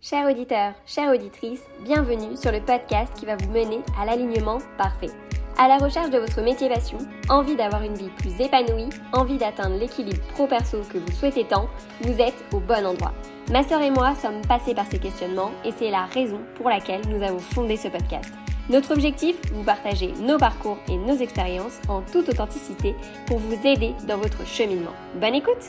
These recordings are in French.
Chers auditeurs, chères auditrices, bienvenue sur le podcast qui va vous mener à l'alignement parfait. À la recherche de votre métier passion, envie d'avoir une vie plus épanouie, envie d'atteindre l'équilibre pro-perso que vous souhaitez tant, vous êtes au bon endroit. Ma sœur et moi sommes passés par ces questionnements et c'est la raison pour laquelle nous avons fondé ce podcast. Notre objectif, vous partager nos parcours et nos expériences en toute authenticité pour vous aider dans votre cheminement. Bonne écoute!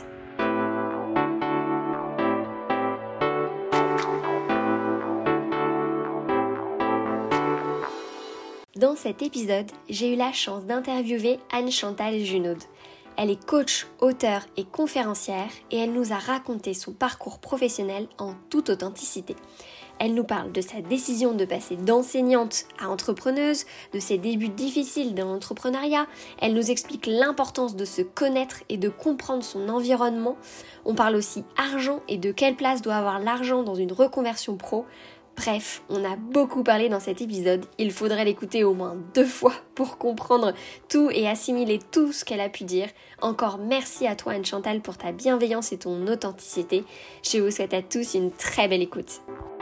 Dans cet épisode, j'ai eu la chance d'interviewer Anne-Chantal Junod. Elle est coach, auteure et conférencière et elle nous a raconté son parcours professionnel en toute authenticité. Elle nous parle de sa décision de passer d'enseignante à entrepreneuse, de ses débuts difficiles dans l'entrepreneuriat. Elle nous explique l'importance de se connaître et de comprendre son environnement. On parle aussi argent et de quelle place doit avoir l'argent dans une reconversion pro. Bref, on a beaucoup parlé dans cet épisode, il faudrait l'écouter au moins 2 fois pour comprendre tout et assimiler tout ce qu'elle a pu dire. Encore merci à toi Anne-Chantal pour ta bienveillance et ton authenticité. Je vous souhaite à tous une très belle écoute.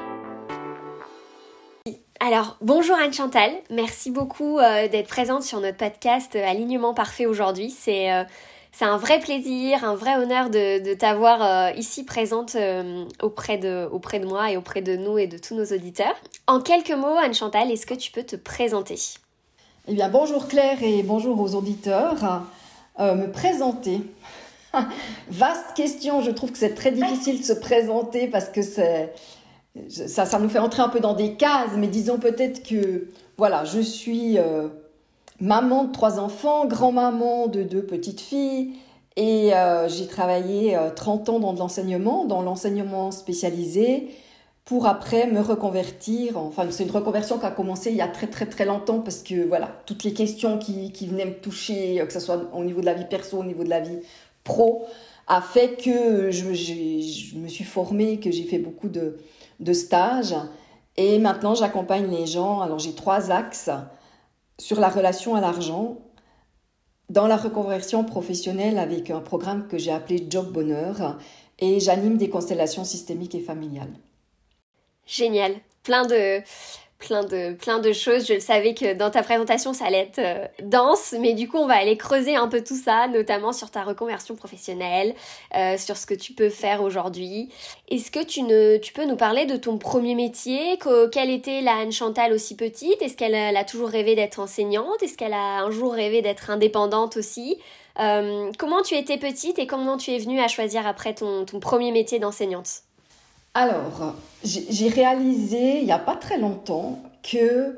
Alors, bonjour Anne-Chantal, merci beaucoup d'être présente sur notre podcast Alignement Parfait aujourd'hui. C'est un vrai plaisir, un vrai honneur de t'avoir ici présente auprès de moi et auprès de nous et de tous nos auditeurs. En quelques mots, Anne-Chantal, est-ce que tu peux te présenter ? Eh bien, bonjour Claire et bonjour aux auditeurs. Me présenter. Vaste question, je trouve que c'est très difficile de se présenter parce que ça nous fait entrer un peu dans des cases, mais disons peut-être que, voilà, je suis... maman de 3 enfants, grand-maman de 2 petites filles et j'ai travaillé 30 ans dans l'enseignement spécialisé pour après me reconvertir. Enfin, c'est une reconversion qui a commencé il y a très très très longtemps parce que voilà, toutes les questions qui venaient me toucher, que ce soit au niveau de la vie perso, au niveau de la vie pro, a fait que je me suis formée, que j'ai fait beaucoup de stages et maintenant j'accompagne les gens. Alors j'ai 3 axes sur la relation à l'argent, dans la reconversion professionnelle avec un programme que j'ai appelé Job Bonheur et j'anime des constellations systémiques et familiales. Génial, plein de choses. Je le savais que dans ta présentation ça allait être dense, mais du coup on va aller creuser un peu tout ça, notamment sur ta reconversion professionnelle, sur ce que tu peux faire aujourd'hui. Est-ce que tu peux nous parler de ton premier métier, quelle était la Anne-Chantal aussi petite? Est-ce qu'elle a toujours rêvé d'être enseignante? Est-ce qu'elle a un jour rêvé d'être indépendante aussi? Comment tu étais petite et comment tu es venue à choisir après ton premier métier d'enseignante? Alors, j'ai réalisé il n'y a pas très longtemps que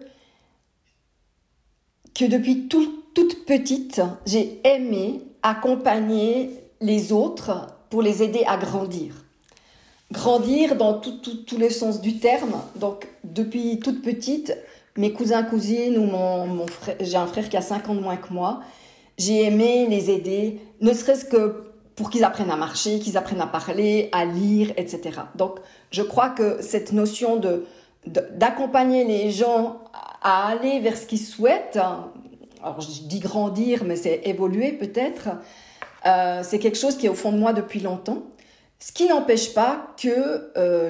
depuis toute petite, j'ai aimé accompagner les autres pour les aider à grandir. Grandir dans tous les sens du terme. Donc, depuis toute petite, mes cousins, cousines ou mon frère, j'ai un frère qui a 5 ans de moins que moi, j'ai aimé les aider, ne serait-ce que pour qu'ils apprennent à marcher, qu'ils apprennent à parler, à lire, etc. Donc, je crois que cette notion d'accompagner les gens à aller vers ce qu'ils souhaitent, alors je dis grandir, mais c'est évoluer peut-être, c'est quelque chose qui est au fond de moi depuis longtemps. Ce qui n'empêche pas que,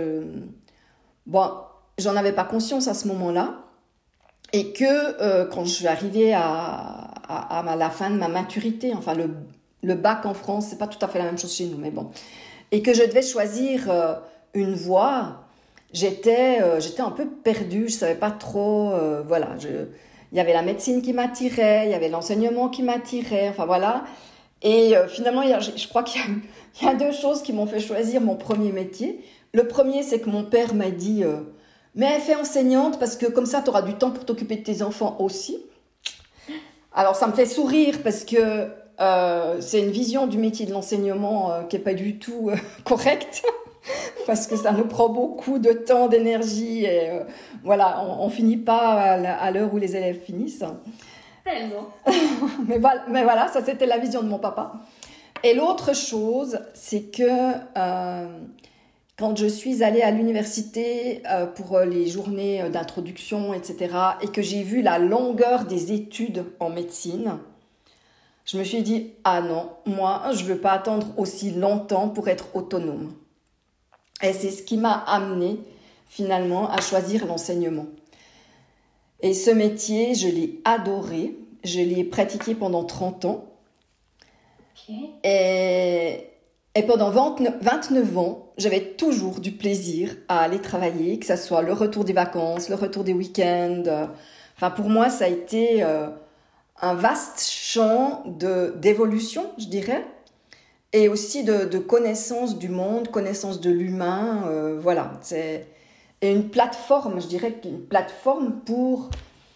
j'en avais pas conscience à ce moment-là, et que quand je suis arrivée à la fin de ma maturité, enfin le bac en France, c'est pas tout à fait la même chose chez nous, mais bon. Et que je devais choisir une voie, j'étais un peu perdue, je savais pas trop, il y avait la médecine qui m'attirait, il y avait l'enseignement qui m'attirait, enfin voilà. Et finalement, je crois qu'il y a 2 choses qui m'ont fait choisir mon premier métier. Le premier, c'est que mon père m'a dit mais fais enseignante parce que comme ça, tu auras du temps pour t'occuper de tes enfants aussi. Alors, ça me fait sourire parce que c'est une vision du métier de l'enseignement qui n'est pas du tout correcte parce que ça nous prend beaucoup de temps, d'énergie et on finit pas à l'heure où les élèves finissent. Tellement. mais voilà, ça c'était la vision de mon papa. Et l'autre chose, c'est que quand je suis allée à l'université pour les journées d'introduction, etc., et que j'ai vu la longueur des études en médecine, je me suis dit, ah non, moi, je ne veux pas attendre aussi longtemps pour être autonome. Et c'est ce qui m'a amenée finalement à choisir l'enseignement. Et ce métier, je l'ai adoré. Je l'ai pratiqué pendant 30 ans. Okay. Et pendant 29 ans, j'avais toujours du plaisir à aller travailler, que ce soit le retour des vacances, le retour des week-ends. Enfin, pour moi, ça a été un vaste champ d'évolution, je dirais, et aussi de connaissance du monde, connaissance de l'humain. Voilà, c'est une plateforme, je dirais, une plateforme pour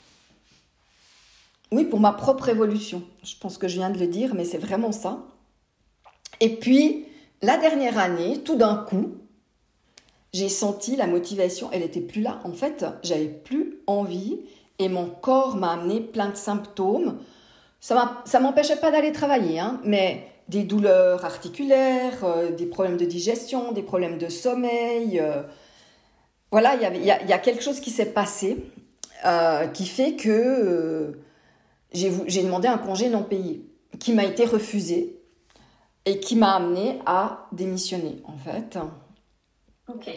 ma propre évolution. Je pense que je viens de le dire, mais c'est vraiment ça. Et puis, la dernière année, tout d'un coup, j'ai senti la motivation, elle n'était plus là. En fait, j'avais plus envie et mon corps m'a amené plein de symptômes. Ça m'empêchait pas d'aller travailler, hein, mais des douleurs articulaires, des problèmes de digestion, des problèmes de sommeil. Voilà, il y a quelque chose qui s'est passé qui fait que j'ai demandé un congé non payé qui m'a été refusé. Et qui m'a amenée à démissionner, en fait. Ok.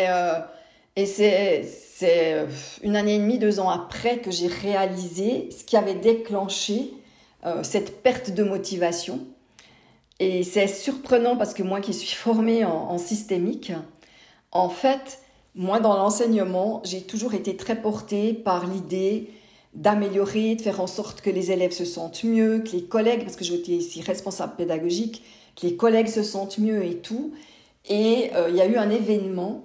Et c'est 1 année et demie, 2 ans après que j'ai réalisé ce qui avait déclenché cette perte de motivation. Et c'est surprenant parce que moi qui suis formée en systémique, en fait, moi dans l'enseignement, j'ai toujours été très portée par l'idée d'améliorer, de faire en sorte que les élèves se sentent mieux, que les collègues, parce que j'étais ici responsable pédagogique, que les collègues se sentent mieux et tout. Et il y a eu un événement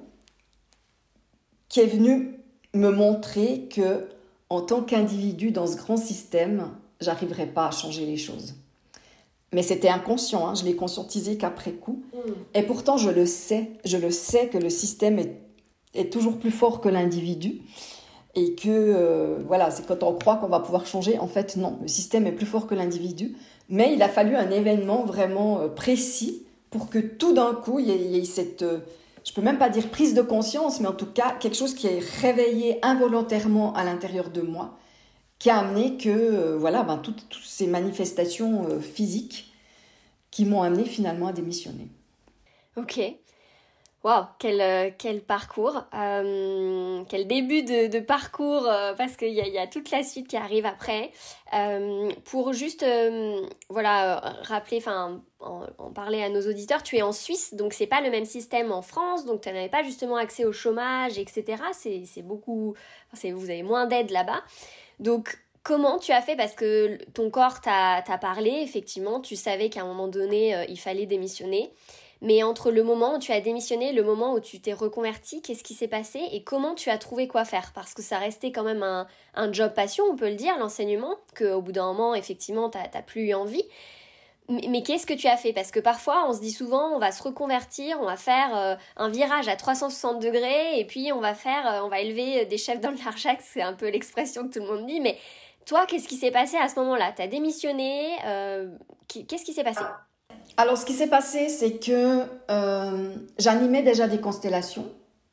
qui est venu me montrer que, en tant qu'individu dans ce grand système, j'arriverais pas à changer les choses. Mais c'était inconscient, hein, je l'ai conscientisé qu'après coup. Et pourtant, je le sais que le système est toujours plus fort que l'individu. Et que, voilà, c'est quand on croit qu'on va pouvoir changer. En fait, non, le système est plus fort que l'individu. Mais il a fallu un événement vraiment précis pour que tout d'un coup, il y ait cette, je peux même pas dire prise de conscience, mais en tout cas, quelque chose qui est réveillé involontairement à l'intérieur de moi, qui a amené que, toutes ces manifestations physiques qui m'ont amené finalement à démissionner. Ok. Waouh, quel parcours, quel début de parcours, parce qu'il y a toute la suite qui arrive après. Pour juste rappeler, en parler à nos auditeurs, tu es en Suisse, donc c'est pas le même système en France, donc tu n'avais pas justement accès au chômage, etc. C'est beaucoup, vous avez moins d'aide là-bas. Donc comment tu as fait, parce que ton corps t'a parlé, effectivement, tu savais qu'à un moment donné, il fallait démissionner. Mais entre le moment où tu as démissionné et le moment où tu t'es reconverti, qu'est-ce qui s'est passé et comment tu as trouvé quoi faire? Parce que ça restait quand même un job passion, on peut le dire, l'enseignement, qu'au bout d'un moment, effectivement, t'as plus eu envie. Mais qu'est-ce que tu as fait? Parce que parfois, on se dit souvent, on va se reconvertir, on va faire un virage à 360 degrés et puis on va élever des chefs dans le larjac, c'est un peu l'expression que tout le monde dit. Mais toi, qu'est-ce qui s'est passé à ce moment-là? Tu as démissionné, qu'est-ce qui s'est passé? Alors, ce qui s'est passé, c'est que j'animais déjà des constellations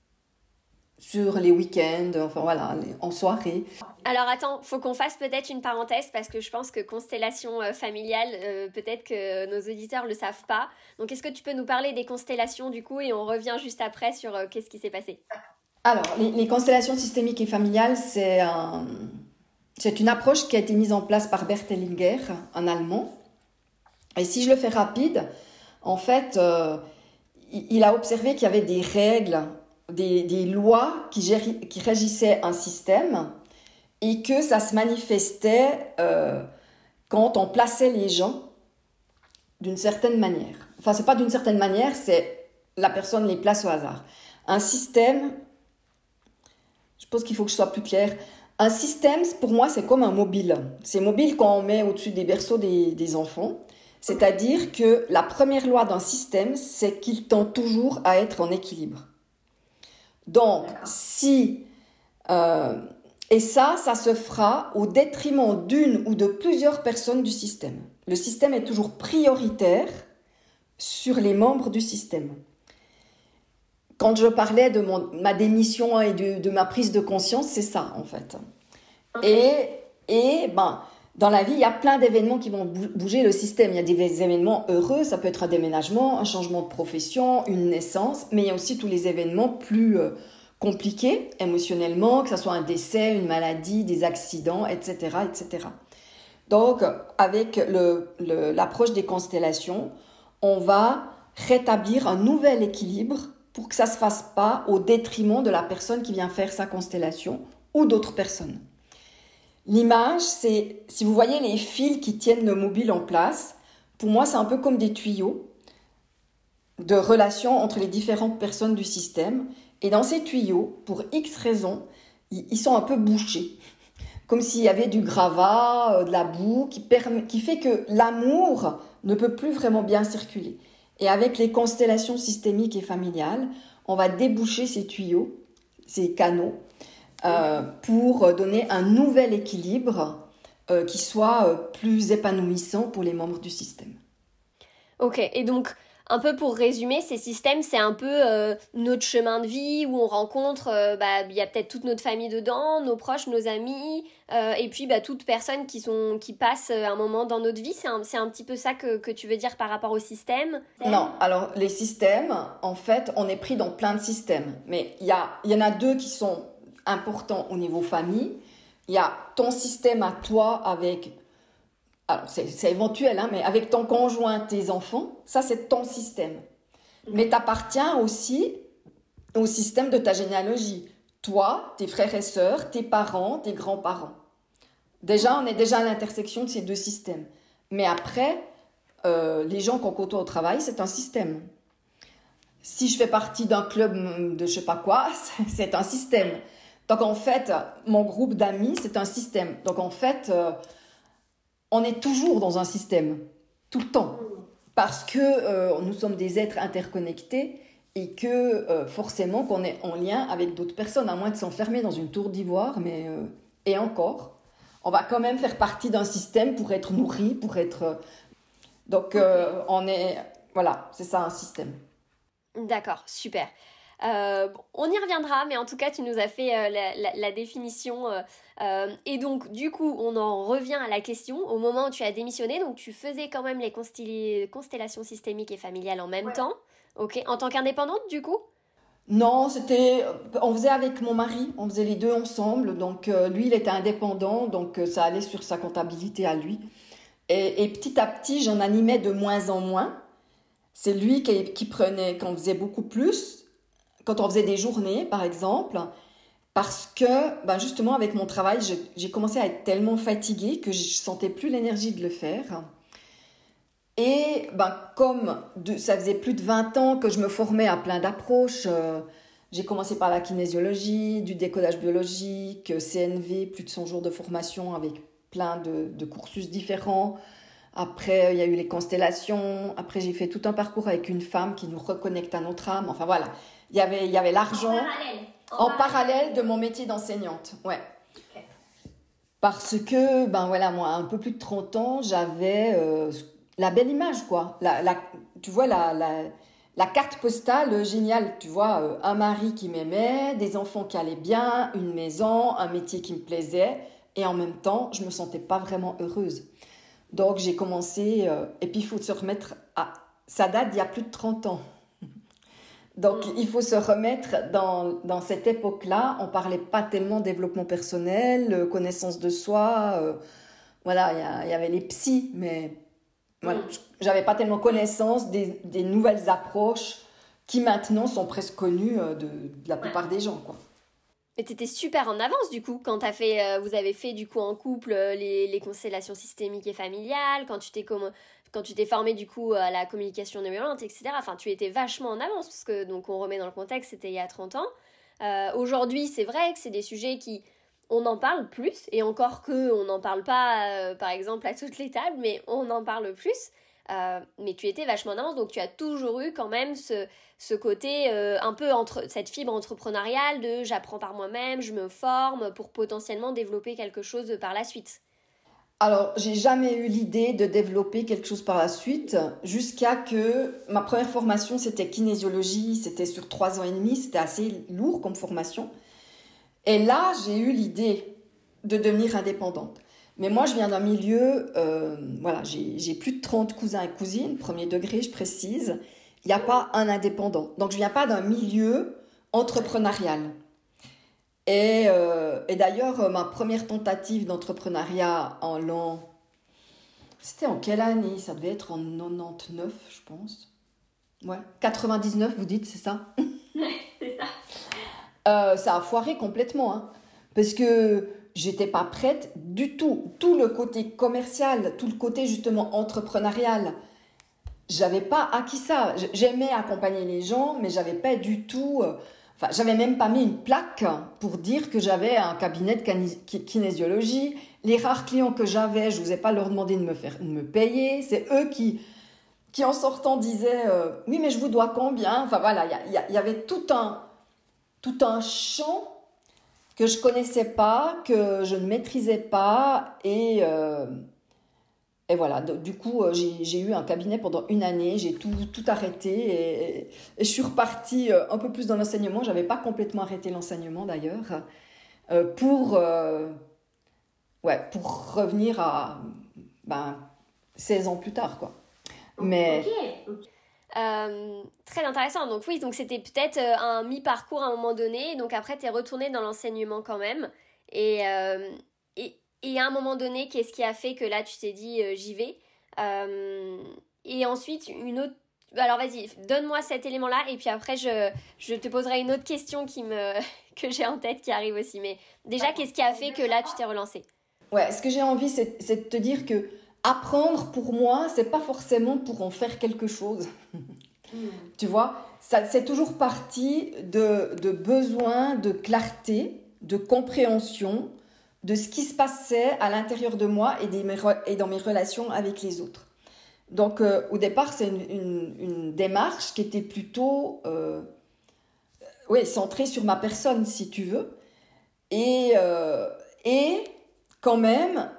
sur les week-ends, en soirée. Alors attends, faut qu'on fasse peut-être une parenthèse parce que je pense que constellation familiale, peut-être que nos auditeurs le savent pas. Donc est-ce que tu peux nous parler des constellations du coup et on revient juste après sur qu'est-ce qui s'est passé? Alors, les constellations systémiques et familiales, c'est une approche qui a été mise en place par Bert Hellinger, un Allemand. Et si je le fais rapide, en fait, il a observé qu'il y avait des règles, des lois qui régissaient un système et que ça se manifestait quand on plaçait les gens d'une certaine manière. Enfin, c'est pas d'une certaine manière, c'est la personne les place au hasard. Un système, je pense qu'il faut que je sois plus claire. Un système, pour moi, c'est comme un mobile. C'est mobile quand on met au-dessus des berceaux des enfants. C'est-à-dire que la première loi d'un système, c'est qu'il tend toujours à être en équilibre. Donc, et ça se fera au détriment d'une ou de plusieurs personnes du système. Le système est toujours prioritaire sur les membres du système. Quand je parlais de ma démission et de ma prise de conscience, c'est ça, en fait. Okay. Dans la vie, il y a plein d'événements qui vont bouger le système. Il y a des événements heureux, ça peut être un déménagement, un changement de profession, une naissance, mais il y a aussi tous les événements plus compliqué émotionnellement, que ce soit un décès, une maladie, des accidents, etc., etc. Donc, avec l'approche des constellations, on va rétablir un nouvel équilibre pour que ça ne se fasse pas au détriment de la personne qui vient faire sa constellation ou d'autres personnes. L'image, c'est, si vous voyez les fils qui tiennent le mobile en place, pour moi, c'est un peu comme des tuyaux de relation entre les différentes personnes du système. Et dans ces tuyaux, pour X raisons, ils sont un peu bouchés. Comme s'il y avait du gravat, de la boue, qui fait que l'amour ne peut plus vraiment bien circuler. Et avec les constellations systémiques et familiales, on va déboucher ces tuyaux, ces canaux, pour donner un nouvel équilibre qui soit plus épanouissant pour les membres du système. Ok, et donc, un peu pour résumer, ces systèmes, c'est un peu notre chemin de vie où on rencontre, il y a peut-être toute notre famille dedans, nos proches, nos amis, et puis toute personne qui passe un moment dans notre vie. C'est un petit peu ça que tu veux dire par rapport au système? Non, alors les systèmes, en fait, on est pris dans plein de systèmes. Mais il y en a deux qui sont importants au niveau famille. Il y a ton système à toi avec... Alors, c'est éventuel, mais avec ton conjoint, tes enfants, ça, c'est ton système. Mais tu appartiens aussi au système de ta généalogie. Toi, tes frères et sœurs, tes parents, tes grands-parents. Déjà, on est déjà à l'intersection de ces deux systèmes. Mais après, les gens qu'on côtoie au travail, c'est un système. Si je fais partie d'un club de je sais pas quoi, c'est un système. Donc, en fait, mon groupe d'amis, c'est un système. Donc, en fait... on est toujours dans un système, tout le temps, parce que nous sommes des êtres interconnectés et que forcément qu'on est en lien avec d'autres personnes, à moins de s'enfermer dans une tour d'ivoire, et encore, on va quand même faire partie d'un système pour être nourri, pour être... Donc, voilà, c'est ça un système. D'accord, super. On y reviendra, mais en tout cas, tu nous as fait la définition. Et donc, du coup, on en revient à la question. Au moment où tu as démissionné, donc tu faisais quand même les constellations systémiques et familiales en même temps. Ok. En tant qu'indépendante, du coup? Non, on faisait avec mon mari, on faisait les deux ensemble. Donc, lui, il était indépendant, donc ça allait sur sa comptabilité à lui. Et petit à petit, j'en animais de moins en moins. C'est lui qui prenait, qu'on faisait beaucoup plus. Quand on faisait des journées, par exemple, parce que, justement, avec mon travail, j'ai commencé à être tellement fatiguée que je ne sentais plus l'énergie de le faire. Et comme ça faisait plus de 20 ans que je me formais à plein d'approches, j'ai commencé par la kinésiologie, du décodage biologique, CNV, plus de 100 jours de formation avec plein de cursus différents. Après, il y a eu les constellations. Après, j'ai fait tout un parcours avec une femme qui nous reconnecte à notre âme. Enfin, voilà. Il y avait l'argent en parallèle de mon métier d'enseignante. Ouais. Okay. Parce que, moi, un peu plus de 30 ans, j'avais la belle image, quoi. Tu vois, la carte postale géniale. Tu vois, un mari qui m'aimait, des enfants qui allaient bien, une maison, un métier qui me plaisait. Et en même temps, je ne me sentais pas vraiment heureuse. Donc, j'ai commencé... et puis, il faut se remettre à... Ça date d'il y a plus de 30 ans. Donc, il faut se remettre dans cette époque-là. On ne parlait pas tellement développement personnel, connaissance de soi. Voilà, il y avait les psys, mais voilà, je n'avais pas tellement connaissance des nouvelles approches qui maintenant sont presque connues de la plupart des gens, quoi. Mais tu étais super en avance, du coup, quand vous avez fait, du coup, en couple, les constellations systémiques et familiales, quand tu t'es formé, du coup, à la communication non violente, etc. Enfin, tu étais vachement en avance, parce que, donc, on remet dans le contexte, c'était il y a 30 ans. Aujourd'hui, c'est vrai que c'est des sujets on en parle plus, et encore on n'en parle pas, par exemple, à toutes les tables, mais on en parle plus. Mais tu étais vachement en avance, donc tu as toujours eu quand même ce côté un peu cette fibre entrepreneuriale de j'apprends par moi-même, je me forme pour potentiellement développer quelque chose par la suite. Alors, j'ai jamais eu l'idée de développer quelque chose par la suite, jusqu'à que ma première formation, c'était kinésiologie, c'était sur 3 ans et demi, c'était assez lourd comme formation. Et là, j'ai eu l'idée de devenir indépendante. Mais moi, je viens d'un milieu, j'ai plus de 30 cousins et cousines, premier degré, je précise. Il n'y a pas un indépendant. Donc, je ne viens pas d'un milieu entrepreneurial. Et d'ailleurs, ma première tentative d'entrepreneuriat c'était en quelle année? Ça devait être en 99, je pense. Ouais, 99, vous dites, c'est ça? C'est ça. Ça a foiré complètement, hein, parce que j'étais pas prête du tout. Tout le côté commercial, tout le côté justement entrepreneurial, j'avais pas acquis ça. J'aimais accompagner les gens, mais j'avais pas du tout. Enfin, j'avais même pas mis une plaque pour dire que j'avais un cabinet de kinésiologie. Les rares clients que j'avais, je n'osais pas leur demander de me payer. C'est eux qui en sortant disaient oui, mais je vous dois combien? Enfin voilà, il y avait tout un champ que je connaissais pas, que je ne maîtrisais pas, et voilà. Du coup, j'ai eu un cabinet pendant une année, j'ai tout arrêté, et je suis repartie un peu plus dans l'enseignement. J'avais pas complètement arrêté l'enseignement d'ailleurs, pour revenir à 16 ans plus tard, quoi. Mais Ok. Très intéressant. Donc oui, donc c'était peut-être un mi-parcours à un moment donné. Donc après, tu es retourné dans l'enseignement quand même. Et à un moment donné, qu'est-ce qui a fait que là, tu t'es dit, j'y vais. Et ensuite, une autre... Alors vas-y, donne-moi cet élément-là. Et puis après, je te poserai une autre question que j'ai en tête qui arrive aussi. Mais déjà, qu'est-ce qui a fait que là, tu t'es relancé? ouais, ce que j'ai envie, c'est de te dire que apprendre, pour moi, c'est pas forcément pour en faire quelque chose. Tu vois, c'est toujours parti de besoin de clarté, de compréhension de ce qui se passait à l'intérieur de moi et dans mes relations avec les autres. Donc, au départ, c'est une démarche qui était plutôt centrée sur ma personne, si tu veux. Et quand même,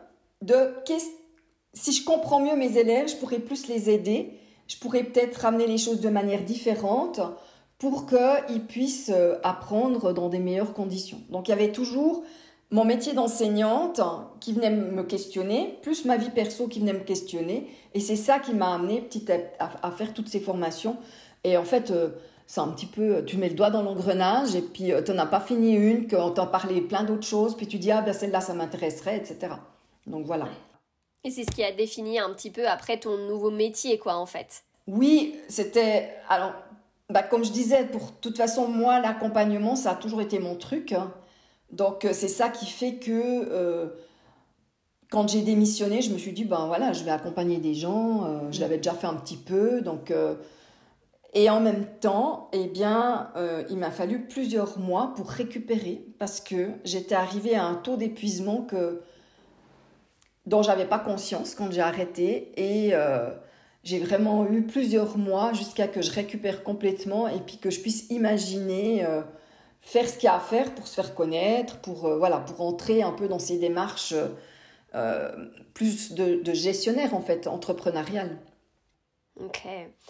si je comprends mieux mes élèves, je pourrais plus les aider. Je pourrais peut-être ramener les choses de manière différente pour qu'ils puissent apprendre dans des meilleures conditions. Donc, il y avait toujours mon métier d'enseignante qui venait me questionner, plus ma vie perso qui venait me questionner. Et c'est ça qui m'a amené à faire toutes ces formations. Et en fait, c'est un petit peu, tu mets le doigt dans l'engrenage et puis tu n'en as pas fini une, qu'on t'en parlait plein d'autres choses, puis tu dis, ah ben celle-là, ça m'intéresserait, etc. Donc voilà. Et c'est ce qui a défini un petit peu après ton nouveau métier, quoi, en fait. Oui, c'était... Alors, comme je disais, pour toute façon, moi, l'accompagnement, ça a toujours été mon truc, hein. Donc, c'est ça qui fait que quand j'ai démissionné, je me suis dit, voilà, je vais accompagner des gens. Je l'avais déjà fait un petit peu. Donc, et en même temps, eh bien, il m'a fallu plusieurs mois pour récupérer parce que j'étais arrivée à un taux d'épuisement dont j'avais pas conscience quand j'ai arrêté. Et j'ai vraiment eu plusieurs mois jusqu'à que je récupère complètement et puis que je puisse imaginer... faire ce qu'il y a à faire pour se faire connaître, pour entrer un peu dans ces démarches plus de gestionnaire, en fait, entrepreneuriale. Ok.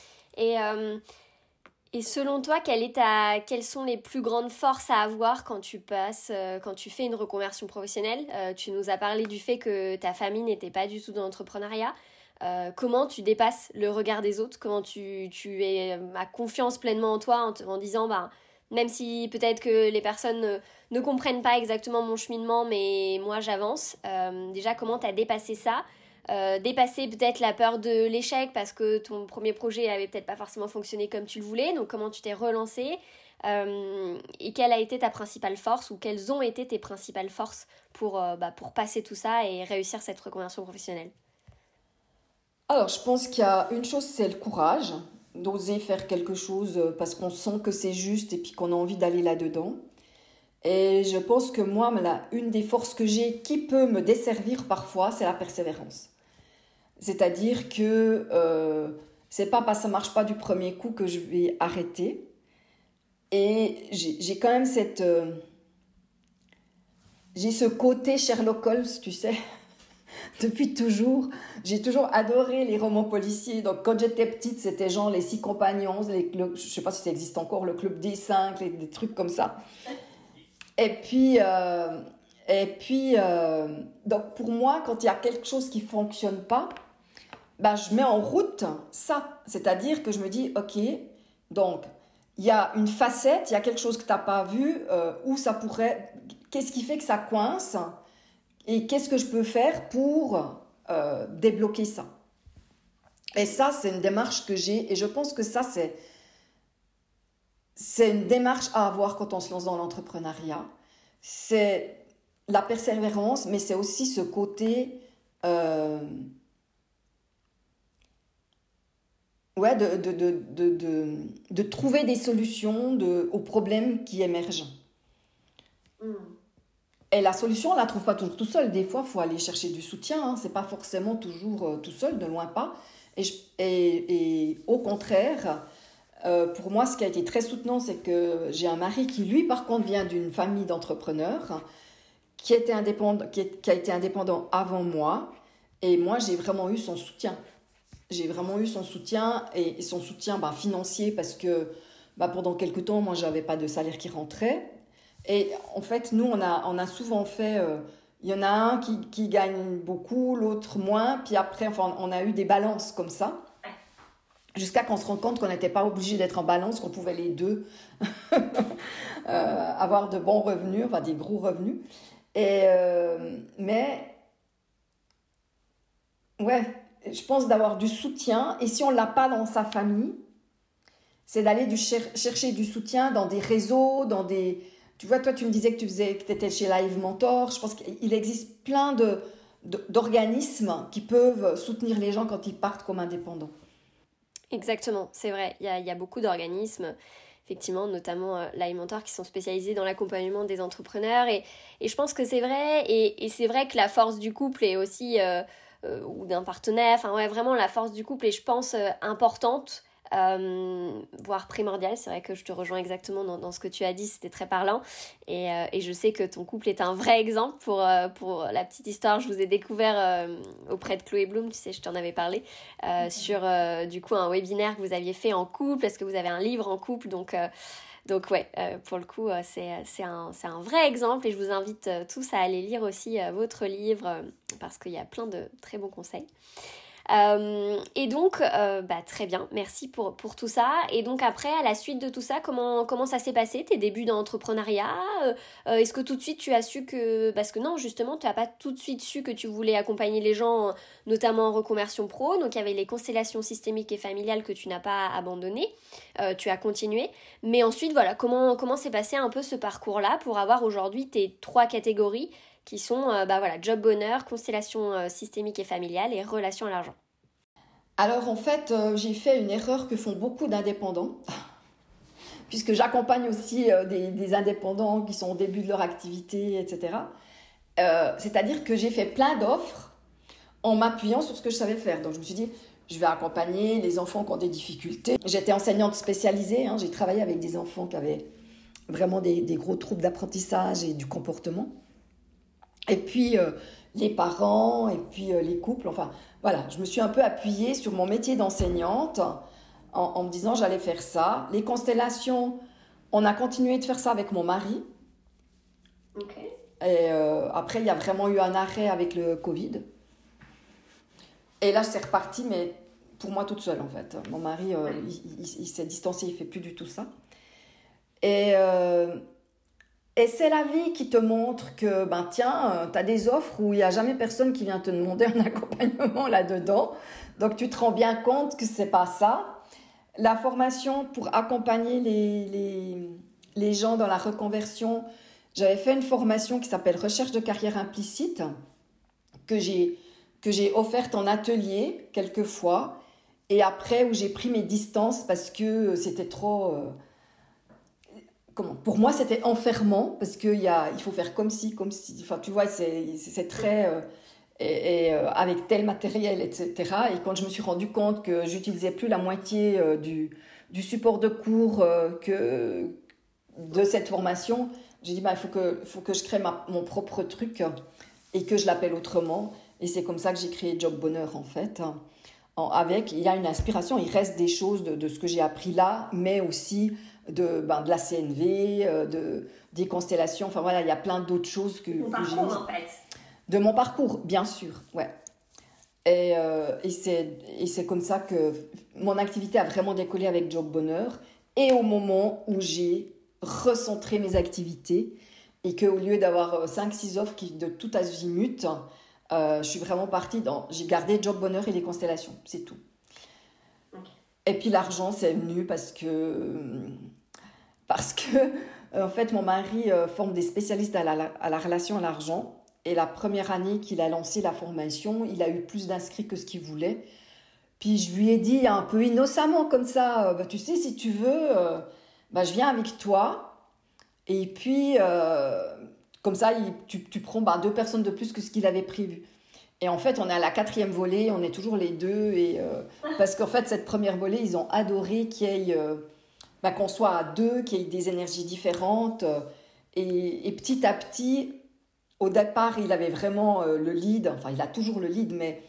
Et selon toi, quelles sont les plus grandes forces à avoir quand tu fais une reconversion professionnelle? Tu nous as parlé du fait que ta famille n'était pas du tout dans l'entrepreneuriat. Comment tu dépasses le regard des autres? Comment tu as confiance pleinement en toi en disant, même si peut-être que les personnes ne comprennent pas exactement mon cheminement, mais moi j'avance. Déjà, comment tu as dépassé ça? Dépasser peut-être la peur de l'échec parce que ton premier projet avait peut-être pas forcément fonctionné comme tu le voulais. Donc comment tu t'es relancé? Et quelle a été ta principale force ou quelles ont été tes principales forces pour passer tout ça et réussir cette reconversion professionnelle? Alors, je pense qu'il y a une chose, c'est le courage d'oser faire quelque chose parce qu'on sent que c'est juste et puis qu'on a envie d'aller là-dedans. Et je pense que moi, une des forces que j'ai qui peut me desservir parfois, c'est la persévérance. C'est-à-dire que c'est pas parce que ça marche pas du premier coup que je vais arrêter. Et j'ai quand même j'ai ce côté Sherlock Holmes, tu sais. Depuis toujours, j'ai toujours adoré les romans policiers. Donc, quand j'étais petite, c'était genre les 6 compagnons, je sais pas si ça existe encore, le club des 5, des trucs comme ça. Et puis, donc pour moi, quand il y a quelque chose qui fonctionne pas, je mets en route ça. C'est-à-dire que je me dis, ok, donc il y a une facette, il y a quelque chose que tu n'as pas vu, où ça pourrait qu'est-ce qui fait que ça coince et qu'est-ce que je peux faire pour débloquer ça. Et ça, c'est une démarche que j'ai et je pense que ça, c'est une démarche à avoir quand on se lance dans l'entrepreneuriat. C'est la persévérance, mais c'est aussi ce côté de trouver des solutions aux problèmes qui émergent. Et la solution, on ne la trouve pas toujours tout seul. Des fois, il faut aller chercher du soutien. Hein. Ce n'est pas forcément toujours tout seul, de loin pas. Et au contraire, pour moi, ce qui a été très soutenant, c'est que j'ai un mari qui, lui, par contre, vient d'une famille d'entrepreneurs, qui a été indépendant avant moi. Et moi, j'ai vraiment eu son soutien. J'ai vraiment eu son soutien et son soutien financier parce que pendant quelques temps, moi, je n'avais pas de salaire qui rentrait. Et en fait, nous, on a souvent fait... Il y en a un qui gagne beaucoup, l'autre moins. Puis après, on a eu des balances comme ça. Jusqu'à qu'on se rende compte qu'on n'était pas obligé d'être en balance, qu'on pouvait les deux avoir de bons revenus, des gros revenus. Mais, ouais, je pense d'avoir du soutien. Et si on ne l'a pas dans sa famille, c'est d'aller chercher du soutien dans des réseaux, dans des... Tu vois, toi, tu me disais que tu étais chez Live Mentor. Je pense qu'il existe plein d'organismes qui peuvent soutenir les gens quand ils partent comme indépendants. Exactement, c'est vrai. Il y a beaucoup d'organismes, effectivement, notamment Live Mentor, qui sont spécialisés dans l'accompagnement des entrepreneurs. Et je pense que c'est vrai. Et c'est vrai que la force du couple est aussi, ou d'un partenaire, vraiment la force du couple est, je pense, importante. Voire primordial. C'est vrai que je te rejoins exactement dans ce que tu as dit, c'était très parlant et je sais que ton couple est un vrai exemple. Pour la petite histoire, je vous ai découvert auprès de Chloé Bloom, tu sais, je t'en avais parlé sur du coup un webinaire que vous aviez fait en couple, parce que vous avez un livre en couple, donc ouais, pour le coup c'est un vrai exemple et je vous invite tous à aller lire aussi votre livre parce qu'il y a plein de très bons conseils. Et donc, très bien, merci pour tout ça. Et donc après, à la suite de tout ça, comment ça s'est passé, tes débuts dans l'entrepreneuriat? Est-ce que tout de suite tu as su que... Parce que non, justement, tu n'as pas tout de suite su que tu voulais accompagner les gens, notamment en reconversion pro. Donc il y avait les constellations systémiques et familiales que tu n'as pas abandonnées. Tu as continué. Mais ensuite, voilà, comment s'est passé un peu ce parcours-là pour avoir aujourd'hui tes 3 catégories qui sont job bonheur, constellation systémique et familiale et relation à l'argent. Alors en fait, j'ai fait une erreur que font beaucoup d'indépendants, puisque j'accompagne aussi des indépendants qui sont au début de leur activité, etc. C'est-à-dire que j'ai fait plein d'offres en m'appuyant sur ce que je savais faire. Donc je me suis dit, je vais accompagner les enfants qui ont des difficultés. J'étais enseignante spécialisée, j'ai travaillé avec des enfants qui avaient vraiment des gros troubles d'apprentissage et du comportement. Et puis les parents, et puis les couples, voilà, je me suis un peu appuyée sur mon métier d'enseignante en me disant j'allais faire ça. Les constellations, on a continué de faire ça avec mon mari. Okay. Et après, il y a vraiment eu un arrêt avec le Covid. Et là, c'est reparti, mais pour moi toute seule en fait. Mon mari, il s'est distancé, il ne fait plus du tout ça. Et c'est la vie qui te montre que, tu as des offres où il n'y a jamais personne qui vient te demander un accompagnement là-dedans. Donc, tu te rends bien compte que ce n'est pas ça. La formation pour accompagner les gens dans la reconversion, j'avais fait une formation qui s'appelle Recherche de carrière implicite, que j'ai offerte en atelier quelquefois. Et après, où j'ai pris mes distances parce que c'était trop... Pour moi, c'était enfermant parce qu'il faut faire comme si. Tu vois, c'est très... avec tel matériel, etc. Et quand je me suis rendu compte que j'utilisais plus la moitié du support de cours de cette formation, j'ai dit, il faut que je crée mon propre truc et que je l'appelle autrement. Et c'est comme ça que j'ai créé Job Bonheur, en fait. Il y a une inspiration, il reste des choses de ce que j'ai appris là, mais aussi de la CNV, des constellations. Il y a plein d'autres choses que j'ai mises. En fait. De mon parcours, bien sûr, ouais. Et c'est comme ça que mon activité a vraiment décollé avec Job Bonheur. Et au moment où j'ai recentré mes activités et qu'au lieu d'avoir 5-6 offres de tout azimut, je suis vraiment partie j'ai gardé Job Bonheur et les constellations, c'est tout. Okay. Et puis l'argent, c'est venu parce que en fait, mon mari forme des spécialistes à la relation à l'argent. Et la première année qu'il a lancé la formation, il a eu plus d'inscrits que ce qu'il voulait. Puis je lui ai dit un peu innocemment comme ça, tu sais, si tu veux, je viens avec toi. Et puis, comme ça, tu prends 2 personnes de plus que ce qu'il avait prévu. Et en fait, on est à la 4e volée, on est toujours les 2. Parce qu'en fait, cette première volée, ils ont adoré qu'il y ait, qu'on soit à 2, qu'il y ait des énergies différentes. Et petit à petit... Au départ, il avait vraiment le lead, enfin il a toujours le lead, mais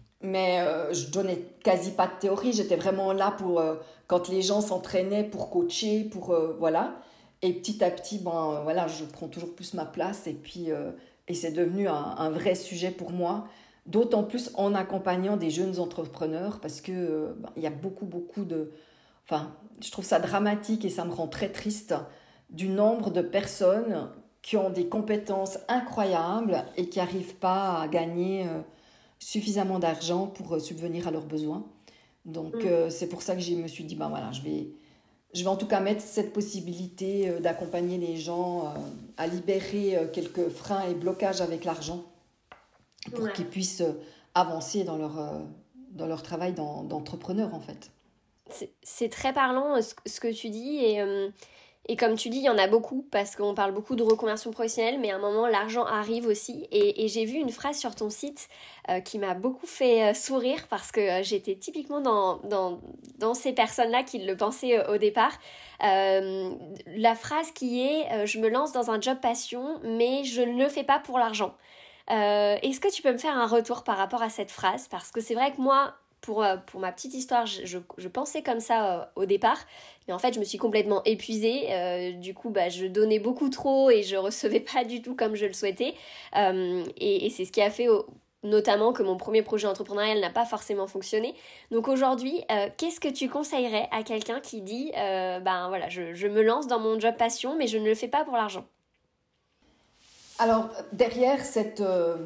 je donnais quasi pas de théorie, j'étais vraiment là pour, quand les gens s'entraînaient pour coacher, voilà. Et petit à petit, je prends toujours plus ma place et c'est devenu un vrai sujet pour moi, d'autant plus en accompagnant des jeunes entrepreneurs parce que il y a beaucoup de... Enfin, je trouve ça dramatique et ça me rend très triste du nombre de personnes qui ont des compétences incroyables et qui n'arrivent pas à gagner suffisamment d'argent pour subvenir à leurs besoins. Donc, c'est pour ça que je me suis dit, je vais en tout cas mettre cette possibilité d'accompagner les gens à libérer quelques freins et blocages avec l'argent pour qu'ils puissent avancer dans leur travail d'entrepreneur, en fait. C'est très parlant ce que tu dis et comme tu dis, il y en a beaucoup parce qu'on parle beaucoup de reconversion professionnelle, mais à un moment, l'argent arrive aussi. Et j'ai vu une phrase sur ton site qui m'a beaucoup fait sourire parce que j'étais typiquement dans ces personnes-là qui le pensaient au départ. La phrase qui est « Je me lance dans un job passion, mais je ne le fais pas pour l'argent ». Est-ce que tu peux me faire un retour par rapport à cette phrase ? Parce que c'est vrai que moi... Pour ma petite histoire, je pensais comme ça au départ, mais en fait je me suis complètement épuisée, du coup je donnais beaucoup trop et je recevais pas du tout comme je le souhaitais, et c'est ce qui a fait notamment que mon premier projet entrepreneurial n'a pas forcément fonctionné. Donc aujourd'hui, qu'est-ce que tu conseillerais à quelqu'un qui dit je me lance dans mon job passion mais je ne le fais pas pour l'argent ? Alors derrière cette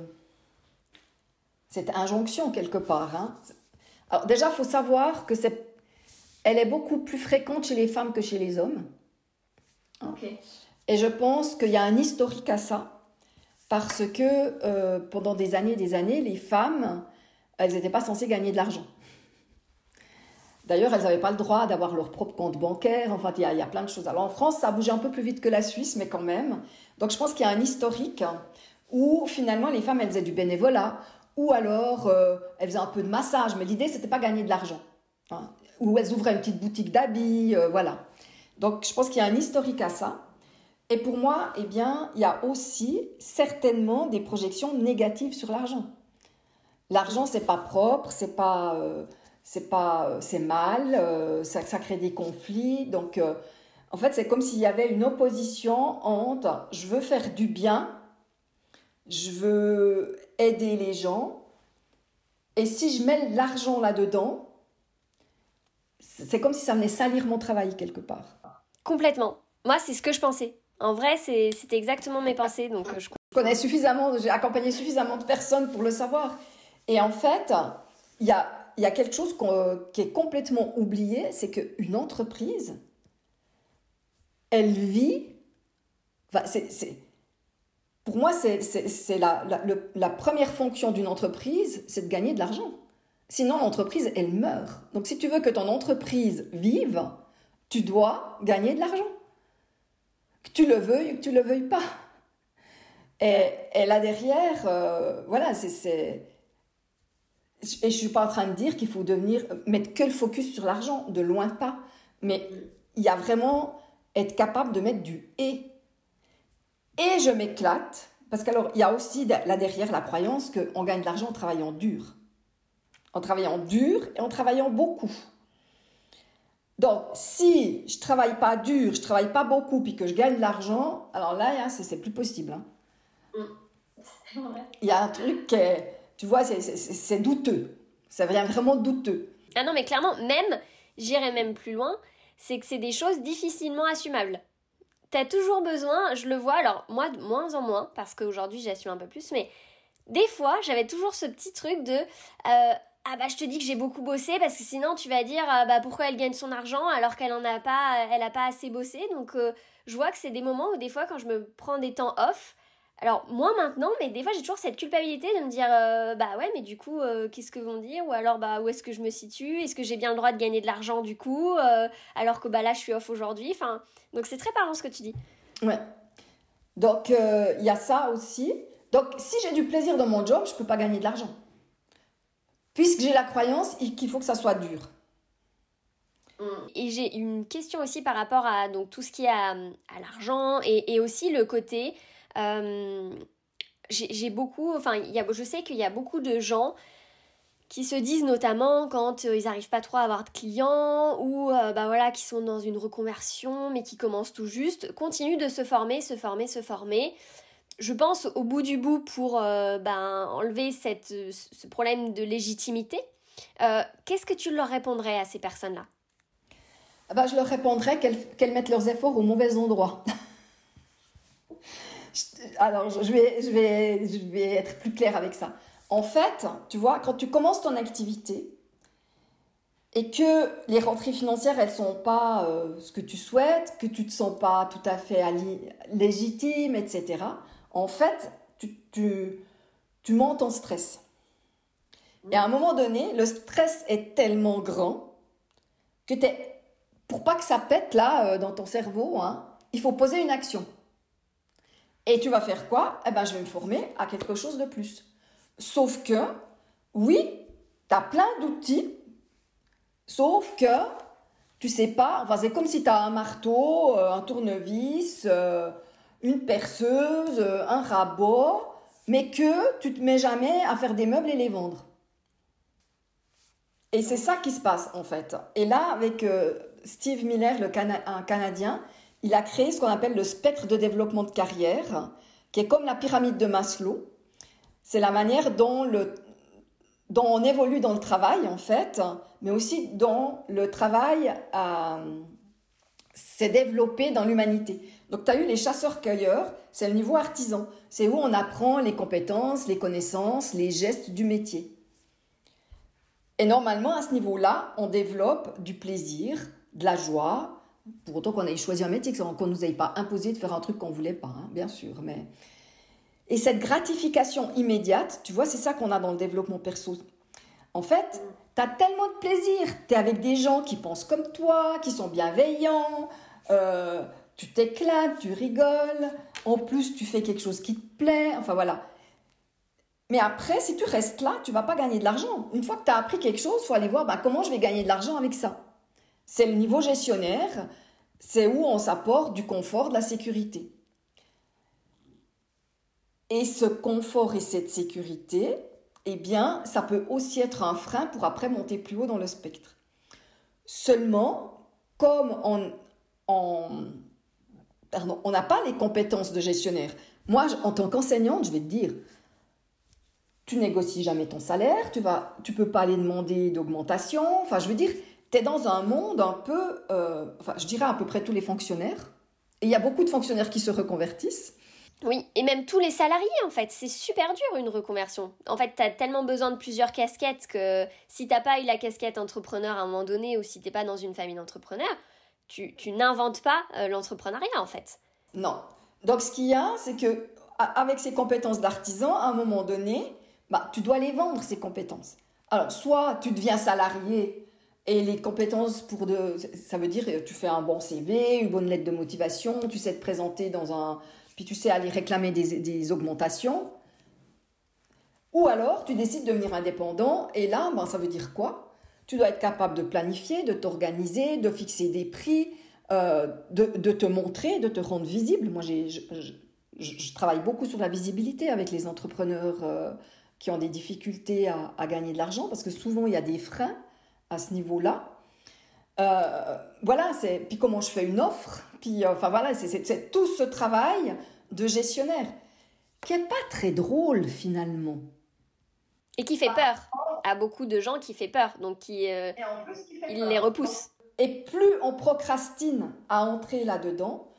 injonction quelque part, alors déjà, il faut savoir que elle est beaucoup plus fréquente chez les femmes que chez les hommes. Okay. Et je pense qu'il y a un historique à ça, parce que pendant des années, les femmes, elles n'étaient pas censées gagner de l'argent. D'ailleurs, elles n'avaient pas le droit d'avoir leur propre compte bancaire. Enfin, il y a plein de choses. Alors en France, ça a bougé un peu plus vite que la Suisse, mais quand même. Donc je pense qu'il y a un historique où finalement les femmes, elles faisaient du bénévolat, ou alors elles faisaient un peu de massage, mais l'idée c'était pas gagner de l'argent, ou elles ouvraient une petite boutique d'habits, voilà. Donc je pense qu'il y a un historique à ça, et pour moi, il y a aussi certainement des projections négatives sur l'argent. L'argent, c'est pas propre, c'est mal, ça crée des conflits, donc en fait c'est comme s'il y avait une opposition entre je veux faire du bien, je veux aider les gens, et si je mets l'argent là-dedans, c'est comme si ça venait salir mon travail quelque part. Complètement. Moi, c'est ce que je pensais. En vrai, c'était exactement mes pensées. Donc je connais suffisamment, j'ai accompagné suffisamment de personnes pour le savoir. Et en fait, il y a quelque chose qui est complètement oublié, c'est qu'une entreprise, elle vit... Enfin, pour moi, c'est la première fonction d'une entreprise, c'est de gagner de l'argent. Sinon, l'entreprise, elle meurt. Donc, si tu veux que ton entreprise vive, tu dois gagner de l'argent. Que tu le veuilles ou que tu le veuilles pas. Et là derrière, voilà, et je suis pas en train de dire qu'il faut mettre que le focus sur l'argent, de loin pas. Mais il y a vraiment être capable de mettre du « et ». Et je m'éclate, parce qu'alors, il y a aussi là derrière la croyance qu'on gagne de l'argent en travaillant dur. En travaillant dur et en travaillant beaucoup. Donc, si je travaille pas dur, je travaille pas beaucoup, puis que je gagne de l'argent, alors là, c'est plus possible. C'est vrai. Il y a un truc qui est, tu vois, c'est douteux. Ça devient vraiment douteux. Ah non, mais clairement, j'irais même plus loin, c'est que c'est des choses difficilement assumables. t'as toujours besoin, je le vois, alors moi de moins en moins, parce qu'aujourd'hui j'assume un peu plus, mais des fois j'avais toujours ce petit truc de ah bah je te dis que j'ai beaucoup bossé parce que sinon tu vas dire bah pourquoi elle gagne son argent alors qu'elle en a pas, elle a pas assez bossé. Donc je vois que c'est des moments où des fois quand je me prends des temps off, alors moins maintenant, mais des fois j'ai toujours cette culpabilité de me dire bah ouais mais du coup qu'est-ce que vont dire, ou alors bah où est-ce que je me situe, est-ce que j'ai bien le droit de gagner de l'argent du coup alors que bah là je suis off aujourd'hui, enfin donc c'est très parlant ce que tu dis. Ouais. Donc, il y a ça aussi. Donc, si j'ai du plaisir dans mon job, je ne peux pas gagner de l'argent. Puisque j'ai la croyance qu'il faut que ça soit dur. Et j'ai une question aussi par rapport à donc, tout ce qui est à l'argent et aussi le côté... j'ai beaucoup... Enfin, je sais qu'il y a beaucoup de gens qui se disent notamment quand ils n'arrivent pas trop à avoir de clients ou bah voilà, qui sont dans une reconversion mais qui commencent tout juste, continuent de se former, se former, se former. Je pense au bout du bout pour enlever ce problème de légitimité. Qu'est-ce que tu leur répondrais à ces personnes-là? Ben, je leur répondrais qu'elles mettent leurs efforts au mauvais endroit. Alors, je vais être plus claire avec ça. En fait, tu vois, quand tu commences ton activité et que les rentrées financières, elles sont pas ce que tu souhaites, que tu te sens pas tout à fait légitime, etc., en fait, tu montes en stress. Et à un moment donné, le stress est tellement grand que pour pas que ça pète là dans ton cerveau, hein, il faut poser une action. Et tu vas faire quoi? Eh ben, je vais me former à quelque chose de plus. Sauf que, oui, tu as plein d'outils, sauf que tu sais pas, enfin, c'est comme si tu as un marteau, un tournevis, une perceuse, un rabot, mais que tu te mets jamais à faire des meubles et les vendre. Et c'est ça qui se passe en fait. Et là, avec Steve Miller, un Canadien, il a créé ce qu'on appelle le spectre de développement de carrière, qui est comme la pyramide de Maslow. C'est la manière dont on évolue dans le travail en fait, mais aussi dont le travail s'est développé dans l'humanité. Donc tu as eu les chasseurs-cueilleurs, c'est le niveau artisan. C'est où on apprend les compétences, les connaissances, les gestes du métier. Et normalement, à ce niveau-là, on développe du plaisir, de la joie, pour autant qu'on ait choisi un métier, qu'on ne nous ait pas imposé de faire un truc qu'on ne voulait pas, hein, bien sûr. Mais... Et cette gratification immédiate, tu vois, c'est ça qu'on a dans le développement perso. En fait, tu as tellement de plaisir, tu es avec des gens qui pensent comme toi, qui sont bienveillants, tu t'éclates, tu rigoles, en plus tu fais quelque chose qui te plaît, enfin voilà. Mais après, si tu restes là, tu ne vas pas gagner de l'argent. Une fois que tu as appris quelque chose, il faut aller voir comment je vais gagner de l'argent avec ça. C'est le niveau gestionnaire, c'est où on s'apporte du confort, de la sécurité. Et ce confort et cette sécurité, eh bien, ça peut aussi être un frein pour après monter plus haut dans le spectre. Seulement, comme on n'a pas les compétences de gestionnaire. Moi, en tant qu'enseignante, je vais te dire, tu négocies jamais ton salaire, tu peux pas aller demander d'augmentation. Enfin, je veux dire, tu es dans un monde un peu, je dirais à peu près tous les fonctionnaires. Et il y a beaucoup de fonctionnaires qui se reconvertissent. Oui, et même tous les salariés, en fait. C'est super dur, une reconversion. En fait, t'as tellement besoin de plusieurs casquettes que si t'as pas eu la casquette entrepreneur à un moment donné ou si t'es pas dans une famille d'entrepreneurs, tu n'inventes pas l'entrepreneuriat, en fait. Non. Donc, ce qu'il y a, c'est que avec ces compétences d'artisan, à un moment donné, tu dois les vendre, ces compétences. Alors, soit tu deviens salarié et les compétences ça veut dire tu fais un bon CV, une bonne lettre de motivation, tu sais te présenter puis tu sais aller réclamer des augmentations. Ou alors, tu décides de devenir indépendant et là, ça veut dire quoi? Tu dois être capable de planifier, de t'organiser, de fixer des prix, de te montrer, de te rendre visible. Moi, je travaille beaucoup sur la visibilité avec les entrepreneurs qui ont des difficultés à gagner de l'argent parce que souvent, il y a des freins à ce niveau-là. Voilà, puis comment je fais une offre, puis voilà, c'est tout ce travail de gestionnaire qui n'est pas très drôle finalement. Et qui fait peur à beaucoup de gens, qui fait peur, donc il les repousse. Et plus on procrastine à entrer là-dedans,